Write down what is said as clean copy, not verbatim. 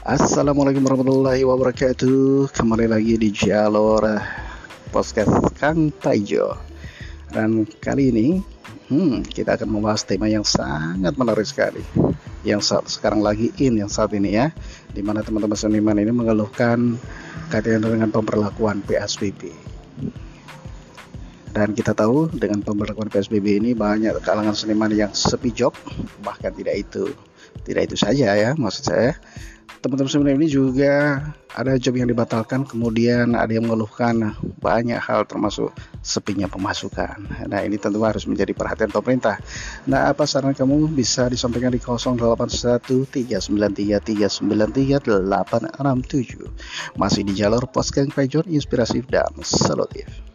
Assalamualaikum warahmatullahi wabarakatuh. Kembali lagi di jalur podcast Kang Taijo. Dan kali ini kita akan membahas tema yang sangat menarik sekali, yang sekarang lagi yang saat ini ya, dimana teman-teman seniman ini mengeluhkan kaitan dengan pemberlakuan PSBB. Dan kita tahu dengan pemberlakuan PSBB ini banyak kalangan seniman yang sepi job, bahkan tidak itu saja ya, maksud saya teman-teman seniman ini juga ada job yang dibatalkan, kemudian ada yang mengeluhkan banyak hal termasuk sepinya pemasukan. Nah, ini tentu harus menjadi perhatian pemerintah. Nah, apa saran kamu bisa disampaikan di 081393393867. Masih di jalur podcast Kang Taijo, inspiratif dan solutif.